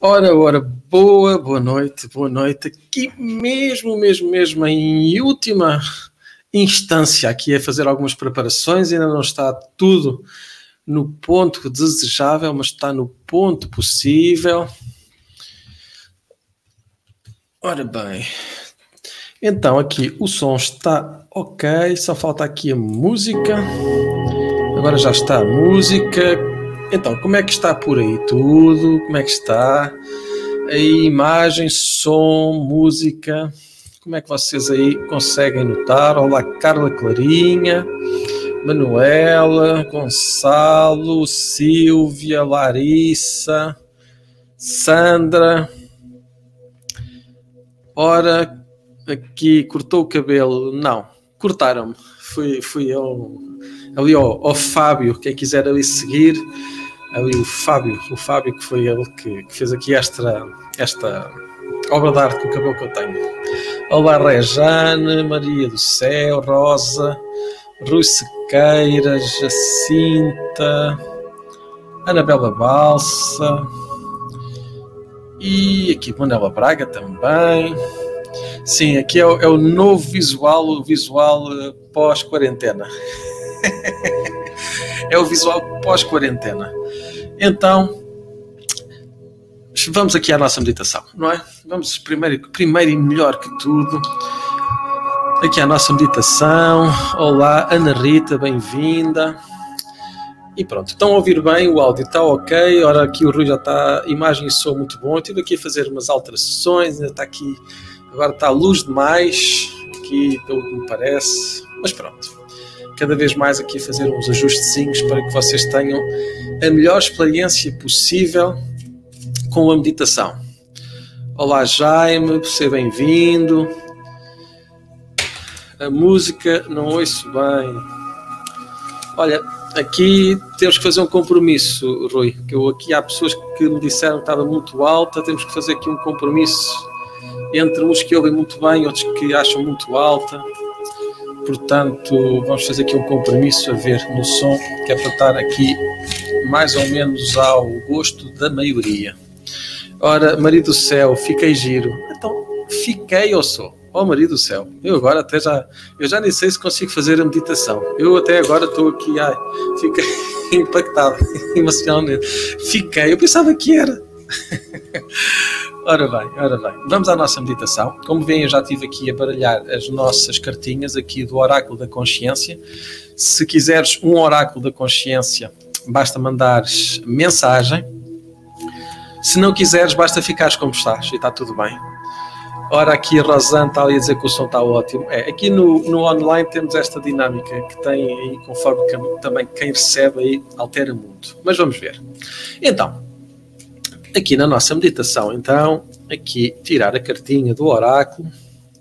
Ora, boa noite. Aqui mesmo em última instância, aqui a fazer algumas preparações, ainda não está tudo no ponto desejável, mas está no ponto possível. Ora bem, então aqui o som está ok, só falta aqui a música. Agora já está a música. Então, como é que está por aí tudo? Como é que está? A imagem, som, música. Como é que vocês aí conseguem notar? Olá, Carla Clarinha, Manuela, Gonçalo, Silvia, Larissa, Sandra. Ora, aqui cortou o cabelo. Não, cortaram-me. Fui eu ali ao Fábio, quem quiser ali seguir. Ali o Fábio que foi ele que fez aqui esta obra de arte com o cabelo que eu tenho. Olá, Rejane, Maria do Céu, Rosa, Rui Sequeira, Jacinta, Anabela Balsa e aqui Manela Braga também. Sim, aqui é o novo visual, o visual pós-quarentena. É o visual pós-quarentena. Então, vamos aqui à nossa meditação, não é? Vamos primeiro e melhor que tudo, aqui à nossa meditação. Olá, Ana Rita, bem-vinda. E pronto, estão a ouvir bem, o áudio está ok. Ora, aqui o Rui já está, imagem e som muito bom. Eu estive aqui a fazer umas alterações, ainda está aqui, agora está a luz demais, aqui pelo que me parece, mas pronto. Cada vez mais aqui a fazer uns ajustezinhos para que vocês tenham a melhor experiência possível com a meditação. Olá, Jaime, seja bem-vindo. A música não ouço bem. Olha, aqui temos que fazer um compromisso, Rui, que aqui há pessoas que me disseram que estava muito alta, temos que fazer aqui um compromisso entre uns que ouvem muito bem e outros que acham muito alta. Portanto, vamos fazer aqui um compromisso a ver no som, que é para estar aqui mais ou menos ao gosto da maioria. Ora, Maria do Céu, fiquei giro. Então, fiquei ou sou? Oh, Maria do Céu, eu agora até eu já nem sei se consigo fazer a meditação. Eu até agora estou aqui, fiquei impactado emocionalmente. Fiquei, eu pensava que era. Ora bem, vamos à nossa meditação. Como veem, eu já estive aqui a baralhar as nossas cartinhas aqui do Oráculo da Consciência. Se quiseres um Oráculo da Consciência, basta mandares mensagem. Se não quiseres, basta ficares como estás e está tudo bem. Ora, aqui a Rosana está ali a dizer que o som está ótimo. Aqui no online temos esta dinâmica que tem aí, conforme também quem recebe aí altera muito. Mas vamos ver. Então, aqui na nossa meditação, então, aqui tirar a cartinha do oráculo.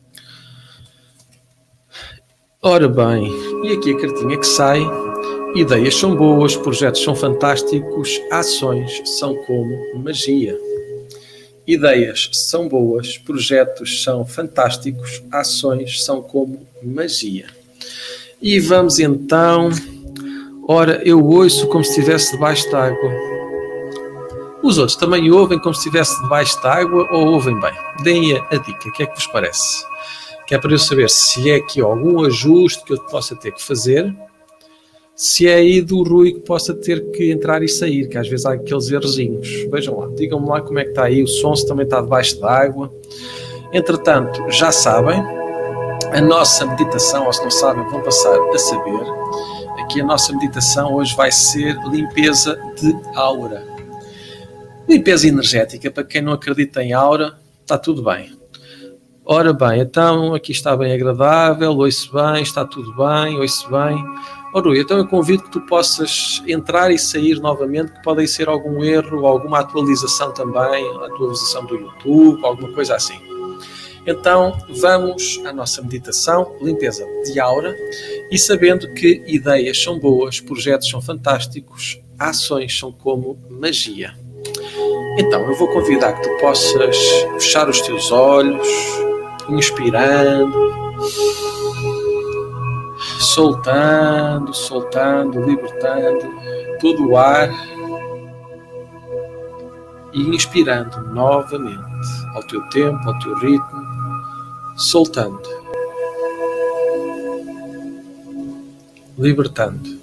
Ora bem, e aqui a cartinha que sai. Ideias são boas, projetos são fantásticos, ações são como magia. Ideias são boas, projetos são fantásticos, ações são como magia. E vamos então. Ora, eu ouço como se estivesse debaixo d'água. Os outros também ouvem como se estivesse debaixo d'água ou ouvem bem? Deem a dica, o que é que vos parece? Que é para eu saber se é aqui algum ajuste que eu possa ter que fazer, se é aí do Rui que possa ter que entrar e sair, que às vezes há aqueles errozinhos. Vejam lá, digam-me lá como é que está aí o som, se também está debaixo d'água. Entretanto, já sabem, a nossa meditação, ou se não sabem, vão passar a saber. Aqui a nossa meditação hoje vai ser limpeza de aura. Limpeza energética, para quem não acredita em aura, está tudo bem. Ora bem, então aqui está bem agradável, ouço bem, está tudo bem, ouço bem. Rui, então eu convido que tu possas entrar e sair novamente, que pode ser algum erro, alguma atualização também, atualização do YouTube, alguma coisa assim. Então vamos à nossa meditação, limpeza de aura, e sabendo que ideias são boas, projetos são fantásticos, ações são como magia. Então eu vou convidar que tu possas fechar os teus olhos, inspirando, soltando, libertando todo o ar. e inspirando novamente ao teu tempo, ao teu ritmo, soltando, libertando,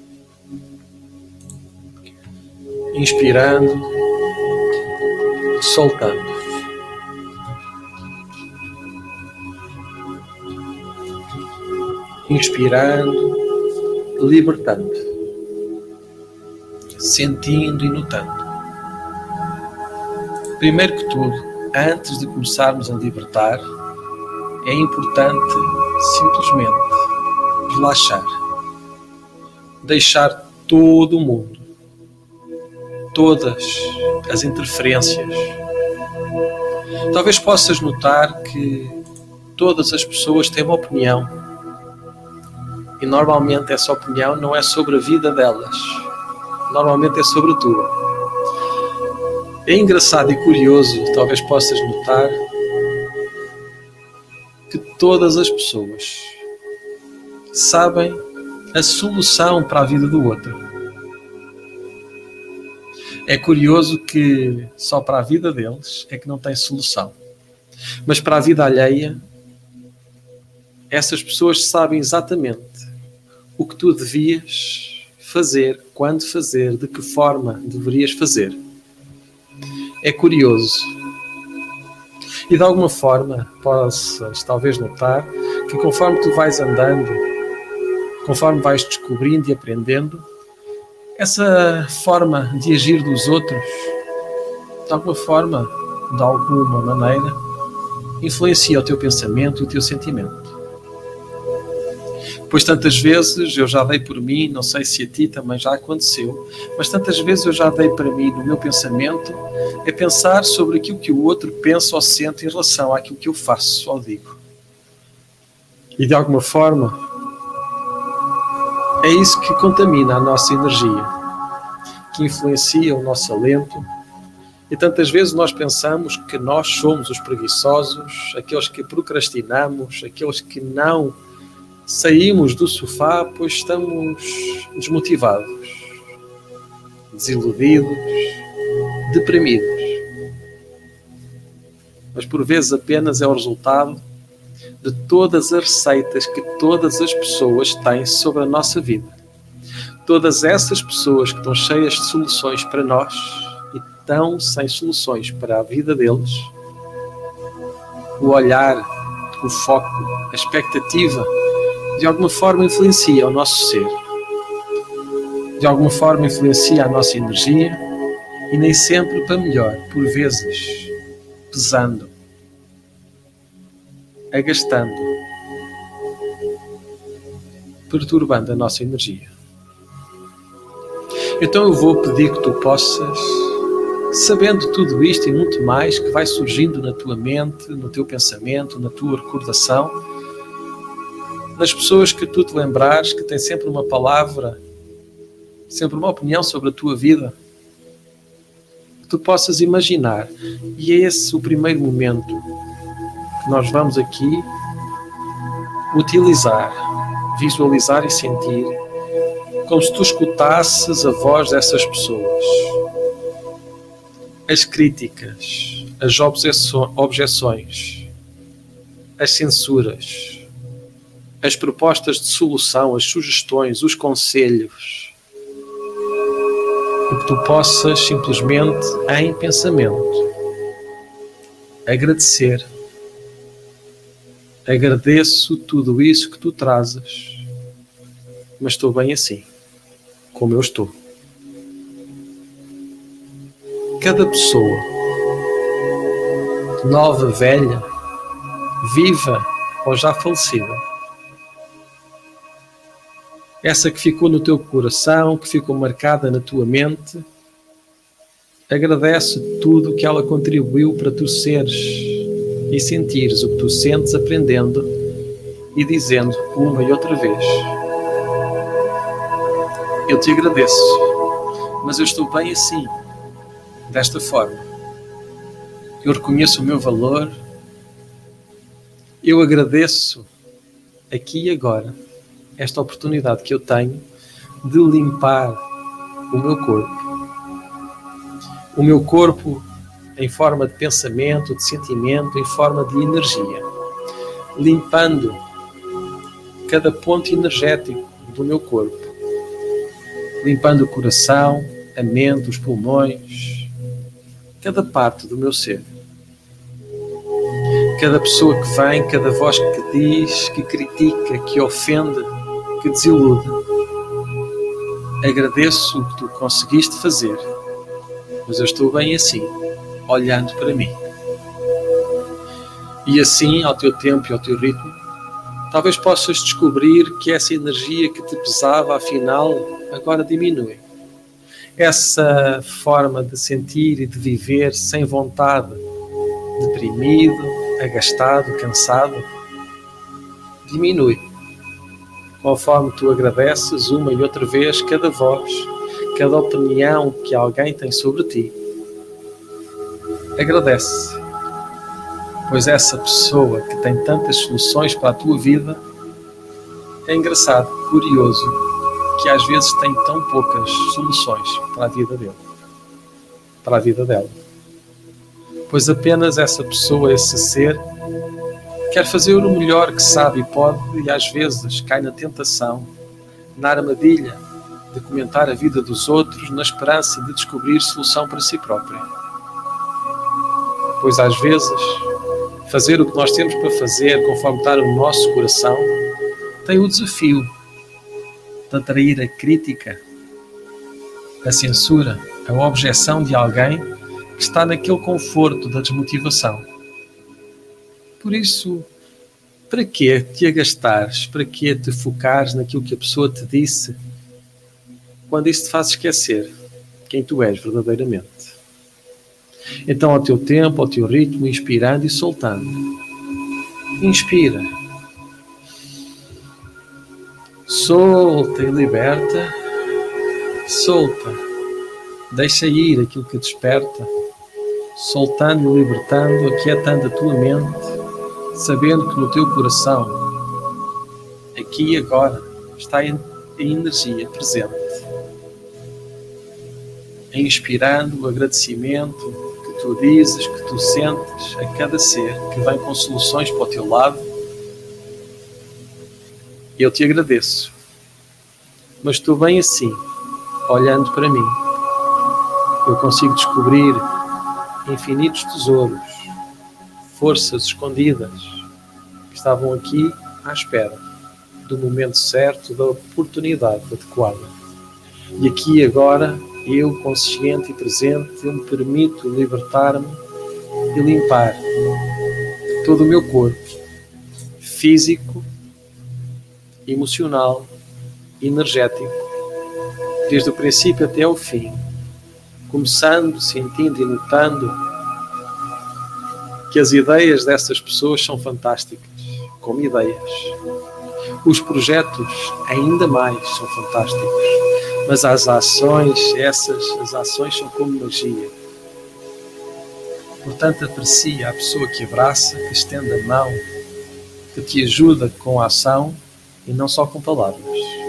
inspirando, soltando, inspirando, libertando, sentindo e notando. Primeiro que tudo, antes de começarmos a libertar, é importante simplesmente relaxar, deixar todo o mundo, todas as interferências. Talvez possas notar que todas as pessoas têm uma opinião e normalmente essa opinião não é sobre a vida delas, normalmente é sobre a tua. É engraçado e curioso, talvez possas notar, que todas as pessoas sabem a solução para a vida do outro. É curioso que só para a vida deles é que não tem solução. Mas para a vida alheia, essas pessoas sabem exatamente o que tu devias fazer, quando fazer, de que forma deverias fazer. É curioso. E de alguma forma possas talvez notar que conforme tu vais andando, conforme vais descobrindo e aprendendo, essa forma de agir dos outros, de alguma forma, de alguma maneira, influencia o teu pensamento e o teu sentimento. Pois tantas vezes eu já dei por mim, não sei se a ti também já aconteceu, mas tantas vezes eu já dei para mim no meu pensamento é pensar sobre aquilo que o outro pensa ou sente em relação àquilo que eu faço ou digo. E de alguma forma é isso que contamina a nossa energia, que influencia o nosso alento. E tantas vezes nós pensamos que nós somos os preguiçosos, aqueles que procrastinamos, aqueles que não saímos do sofá pois estamos desmotivados, desiludidos, deprimidos. Mas por vezes apenas é o resultado de todas as receitas que todas as pessoas têm sobre a nossa vida. Todas essas pessoas que estão cheias de soluções para nós e estão sem soluções para a vida deles, o olhar, o foco, a expectativa, de alguma forma influencia o nosso ser. De alguma forma influencia a nossa energia e nem sempre para melhor, por vezes pesando, agastando, perturbando a nossa energia. Então eu vou pedir que tu possas, sabendo tudo isto e muito mais que vai surgindo na tua mente, no teu pensamento, na tua recordação, nas pessoas que tu te lembrares que têm sempre uma palavra, sempre uma opinião sobre a tua vida, que tu possas imaginar. E é esse o primeiro momento que nós vamos aqui utilizar, visualizar e sentir, como se tu escutasses a voz dessas pessoas. As críticas, as objeções, as censuras, as propostas de solução, as sugestões, os conselhos, e que tu possas simplesmente, em pensamento, agradecer. Agradeço tudo isso que tu trazes, mas estou bem assim, como eu estou. Cada pessoa, nova, velha, viva ou já falecida, essa que ficou no teu coração, que ficou marcada na tua mente, agradece tudo o que ela contribuiu para tu seres e sentires o que tu sentes aprendendo e dizendo uma e outra vez: eu te agradeço, mas eu estou bem assim, desta forma. Eu reconheço o meu valor, eu agradeço aqui e agora esta oportunidade que eu tenho de limpar o meu corpo. o meu corpo em forma de pensamento, de sentimento, em forma de energia, limpando cada ponto energético do meu corpo, limpando o coração, a mente, os pulmões, cada parte do meu ser. Cada pessoa que vem, cada voz que diz, que critica, que ofende, que desilude. Agradeço o que tu conseguiste fazer, mas eu estou bem assim, olhando para mim. E assim, ao teu tempo e ao teu ritmo, talvez possas descobrir que essa energia que te pesava, afinal, agora diminui. Essa forma de sentir e de viver sem vontade, deprimido, agastado, cansado, diminui. Conforme tu agradeces uma e outra vez cada voz, cada opinião que alguém tem sobre ti. Agradece, pois essa pessoa que tem tantas soluções para a tua vida é engraçado, curioso, que às vezes tem tão poucas soluções para a vida dele, para a vida dela. Pois apenas essa pessoa, esse ser, quer fazer o melhor que sabe e pode e às vezes cai na tentação, na armadilha de comentar a vida dos outros na esperança de descobrir solução para si própria. Pois às vezes, fazer o que nós temos para fazer conforme está no nosso coração tem o desafio de atrair a crítica, a censura, a objeção de alguém que está naquele conforto da desmotivação. Por isso, para que te agastares? Para que te focares naquilo que a pessoa te disse, quando isso te faz esquecer quem tu és verdadeiramente? Então, ao teu tempo, ao teu ritmo, inspirando e soltando. Inspira. Solta e liberta. Solta. Deixa ir aquilo que desperta. Soltando e libertando, aquietando a tua mente, sabendo que no teu coração, aqui e agora, está a energia presente. Inspirando o agradecimento que tu dizes, que tu sentes a cada ser que vem com soluções para o teu lado. Eu te agradeço, mas estou bem assim, olhando para mim. Eu consigo descobrir infinitos tesouros, forças escondidas que estavam aqui à espera do momento certo, da oportunidade adequada. E aqui agora, eu, consciente e presente, eu me permito libertar-me e limpar todo o meu corpo, físico, emocional, energético, desde o princípio até ao fim, começando, sentindo e notando que as ideias dessas pessoas são fantásticas, como ideias. Os projetos ainda mais são fantásticos, mas as ações são como magia. Portanto, aprecia a pessoa que abraça, que estende a mão, que te ajuda com a ação e não só com palavras.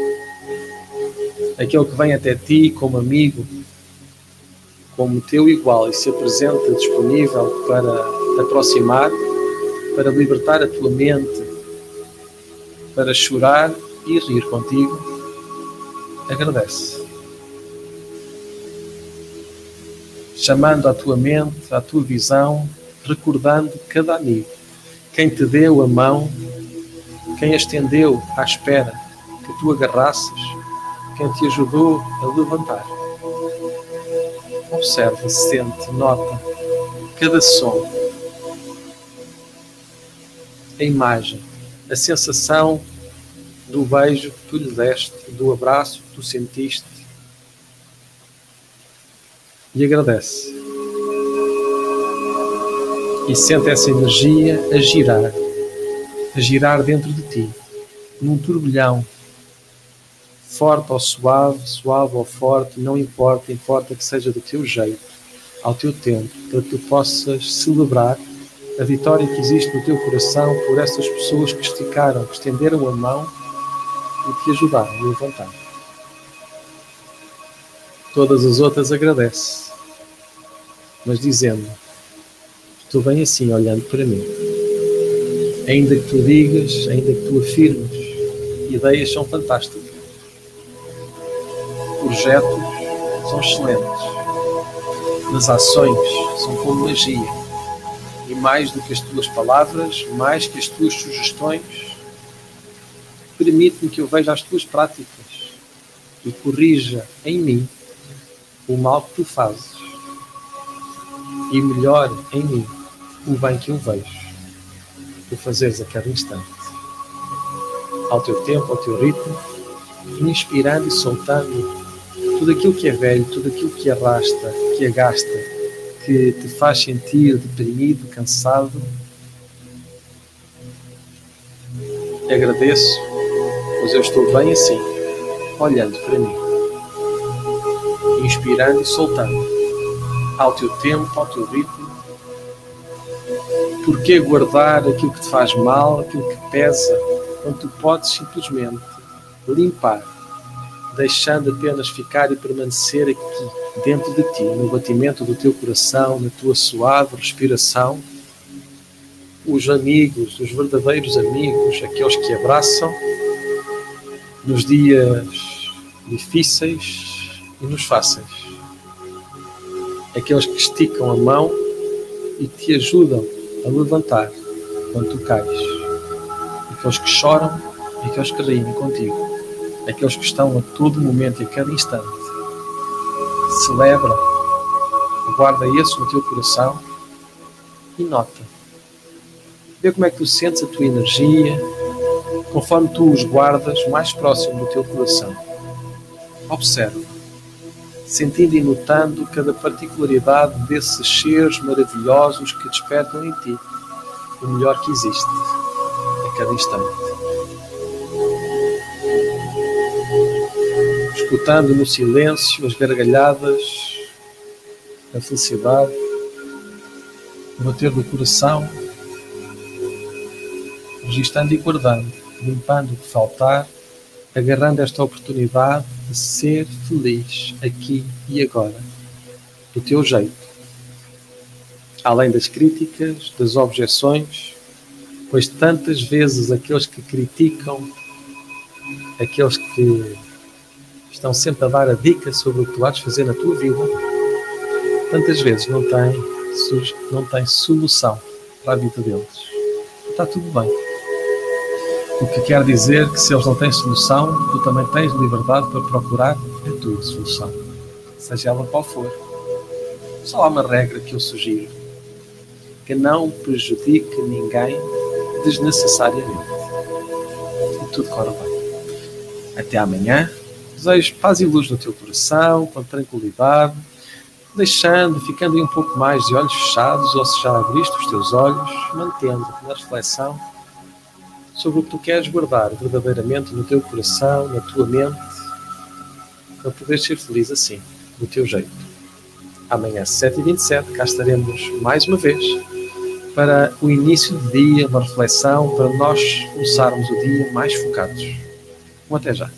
Aquele que vem até ti como amigo, como teu igual e se apresenta disponível para te aproximar, para libertar a tua mente, para chorar e rir contigo, agradece. Chamando à tua mente, à tua visão, recordando cada amigo, quem te deu a mão, quem a estendeu à espera que tu agarrasses, quem te ajudou a levantar. Observa, sente, nota cada som, a imagem, a sensação do beijo que tu lhe deste, do abraço que tu sentiste, e agradece. E sente essa energia a girar dentro de ti, num turbilhão, forte ou suave, suave ou forte, não importa, importa que seja do teu jeito, ao teu tempo, para que tu possas celebrar a vitória que existe no teu coração por essas pessoas que esticaram, que estenderam a mão e te ajudaram a levantar. Todas as outras agradece. mas dizendo: estou bem assim, olhando para mim. Ainda que tu digas, ainda que tu afirmes, ideias são fantásticas. Projetos são excelentes. Mas ações são como magia. E mais do que as tuas palavras, mais que as tuas sugestões, permite-me que eu veja as tuas práticas e corrija em mim o mal que tu fazes e melhore em mim o bem que eu vejo. Tu fazeres a cada instante, ao teu tempo, ao teu ritmo, inspirando e soltando tudo aquilo que é velho, tudo aquilo que arrasta, que agasta, que te faz sentir deprimido, cansado. E agradeço, pois eu estou bem assim, olhando para mim, inspirando e soltando, ao teu tempo, ao teu ritmo. Porquê guardar aquilo que te faz mal, aquilo que pesa, quando tu podes simplesmente limpar, deixando apenas ficar e permanecer aqui, dentro de ti, no batimento do teu coração, na tua suave respiração, os amigos, os verdadeiros amigos, aqueles que abraçam nos dias difíceis e nos fáceis, aqueles que esticam a mão e te ajudam a levantar quando tu cais, aqueles que choram e aqueles que riem contigo, aqueles que estão a todo momento e a cada instante. Celebra, guarda esse no teu coração e nota. Vê como é que tu sentes a tua energia conforme tu os guardas mais próximo do teu coração. Observa, sentindo e notando cada particularidade desses seres maravilhosos que despertam em ti o melhor que existe a cada instante. Escutando no silêncio as gargalhadas, a felicidade, o bater do coração, registando e guardando, limpando o que faltar, agarrando esta oportunidade de ser feliz aqui e agora, do teu jeito. Além das críticas, das objeções, pois tantas vezes aqueles que criticam, aqueles que estão sempre a dar a dica sobre o que tu hás de fazer na tua vida, tantas vezes não têm solução para a vida deles. Está tudo bem. O que quer dizer que se eles não têm solução, tu também tens liberdade para procurar a tua solução, seja ela qual for. Só há uma regra que eu sugiro: que não prejudique ninguém desnecessariamente. E tudo corre bem. Até amanhã. Desejo paz e luz no teu coração, com tranquilidade, ficando aí um pouco mais de olhos fechados, ou se já abriste os teus olhos, mantendo na reflexão sobre o que tu queres guardar verdadeiramente no teu coração, na tua mente, para poderes ser feliz assim, do teu jeito. Amanhã, 7h27, cá estaremos mais uma vez para o início do dia, uma reflexão, para nós começarmos o dia mais focados. Até já.